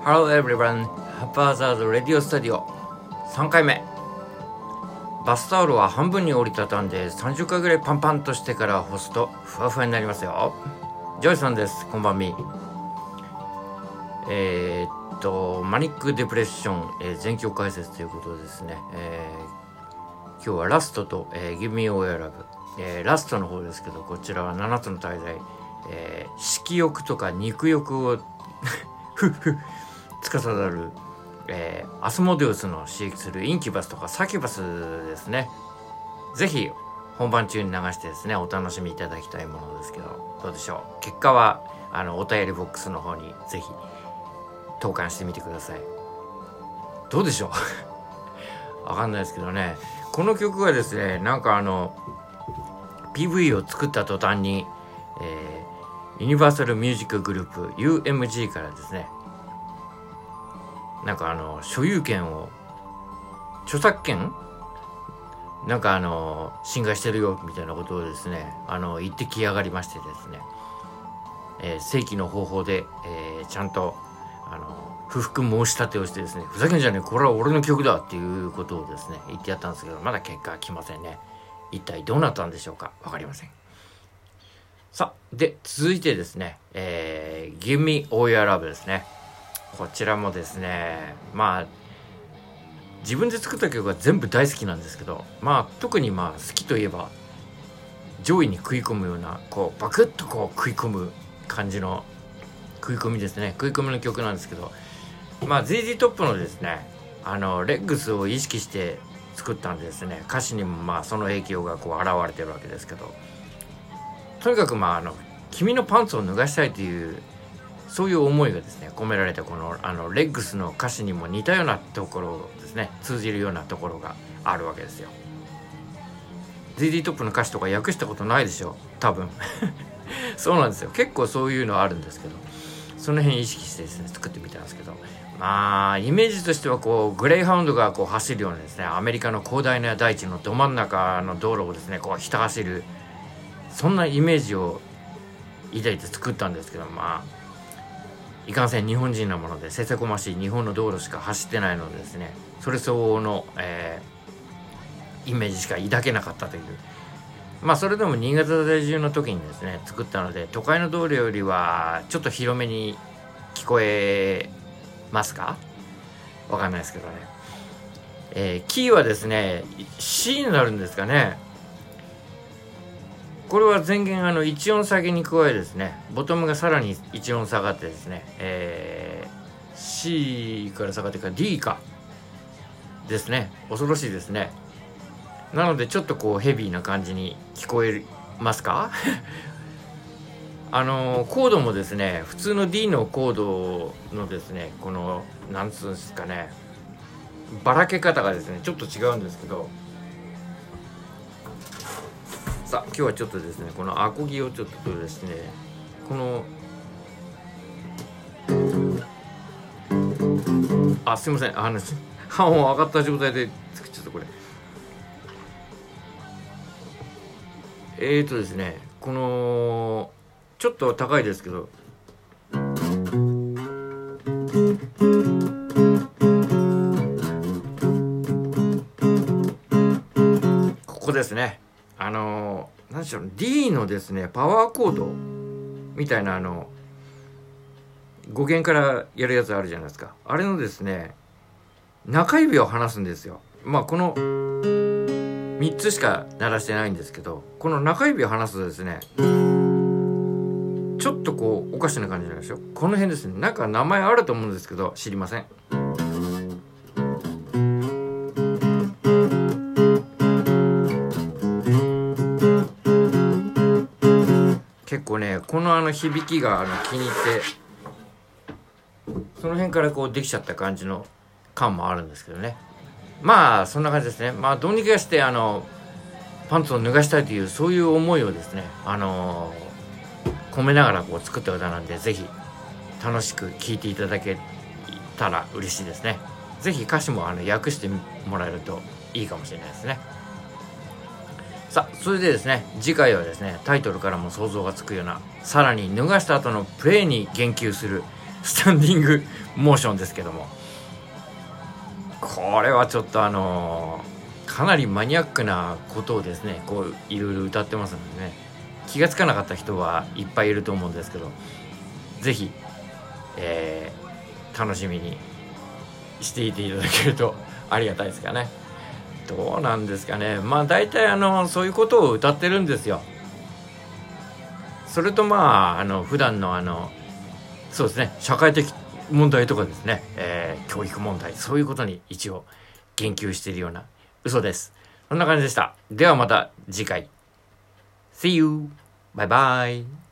Hello everyone, Haphazard Radio Studio 3回目。バスタオルは半分に折りたたんで30回ぐらいパンパンとしてから干すとふわふわになりますよ。ジョイさんです。こんばんみ。マニックデプレッション、全曲解説ということですね。今日はラストと、Give Me All Your Love、ラストの方ですけど、こちらは7つの大罪、色欲とか肉欲を司る、アスモデウスの飼育するインキュバスとかサキュバスですね。ぜひ本番中に流してですね、お楽しみいただきたいものですけど、どうでしょう。結果はお便りボックスの方にぜひ投函してみてください。どうでしょうわかんないですけどね、この曲がですね、なんかPV を作った途端に、ユニバーサルミュージックグループ UMG からですね、なんか所有権を、著作権なんか侵害してるよみたいなことをですね、言ってきやがりましてですね、正規の方法で、ちゃんと不服申し立てをしてですね、ふざけんじゃねえ、これは俺の曲だっていうことをですね言ってやったんですけど、まだ結果は来ませんね。一体どうなったんでしょうか。わかりません。さあ、で続いてですね、Give Me All Your Love ですね。こちらもですね、まあ自分で作った曲は全部大好きなんですけど、まあ特に好きといえば上位に食い込むような、こうバクッとこう食い込む感じの食い込みですね、食い込みの曲なんですけど、ZZ トップのですね、レッグスを意識して作ったんでですね、歌詞にもその影響がこう現れてるわけですけど、とにかく君のパンツを脱がしたいというそういう思いがですね込められたこのレッグスの歌詞にも似たようなところですね、通じるようなところがあるわけですよ。 ZZ トップの歌詞とか訳したことないでしょ多分そうなんですよ。結構そういうのあるんですけど、その辺意識してですね作ってみたんですけど、イメージとしてはこうグレイハウンドがこう走るようなですね、アメリカの広大な大地のど真ん中の道路をですねこうひた走る、そんなイメージを抱いて作ったんですけど、いかんせん日本人なものでせせこましい日本の道路しか走ってないのでですね、それ相応の、イメージしか抱けなかったという。それでも新潟在住の時にですね作ったので、都会の道路よりはちょっと広めに聞こえますか？わかんないですけどね。キーはですね C になるんですかね。これは前弦1音下げに加えですね、ボトムがさらに1音下がってですね、C から下がってから D かですね。恐ろしいですね。なのでちょっとこうヘビーな感じに聞こえますかコードもですね、普通の D のコードのですね、このなんつうんですかね、ばらけ方がですねちょっと違うんですけど、さあ今日はちょっとですねこのアコギをちょっとですね、このすいません、半音上がった状態で作っちゃったこれ。ですね、このちょっと高いですけど、ここですね、何でしょう、 D のですねパワーコードみたいな5弦からやるやつあるじゃないですか。あれのですね中指を離すんですよ。この3つしか鳴らしてないんですけど、この中指を離すとですねちょっとこうおかしな感じなんですよ。この辺ですね、なんか名前あると思うんですけど知りません。結構ねこの響きが気に入って、その辺からこうできちゃった感じの感もあるんですけどね。そんな感じですね。どうにかしてパンツを脱がしたいというそういう思いをですね込めながらこう作った歌なんで、ぜひ楽しく聴いていただけたら嬉しいですね。ぜひ歌詞も訳してもらえるといいかもしれないですね。さあそれでですね、次回はですねタイトルからも想像がつくような、さらに脱がした後のプレイに言及するスタンディングモーションですけども、これはちょっとかなりマニアックなことをですねこういろいろ歌ってますのでね、気がつかなかった人はいっぱいいると思うんですけど、ぜひ、楽しみにしていていただけるとありがたいですかね。どうなんですかね。まあ大体そういうことを歌ってるんですよ。それとまあ普段のそうですね、社会的問題とかですね、教育問題、そういうことに一応言及しているような嘘です。そんな感じでした。ではまた次回。See you! バイバイ。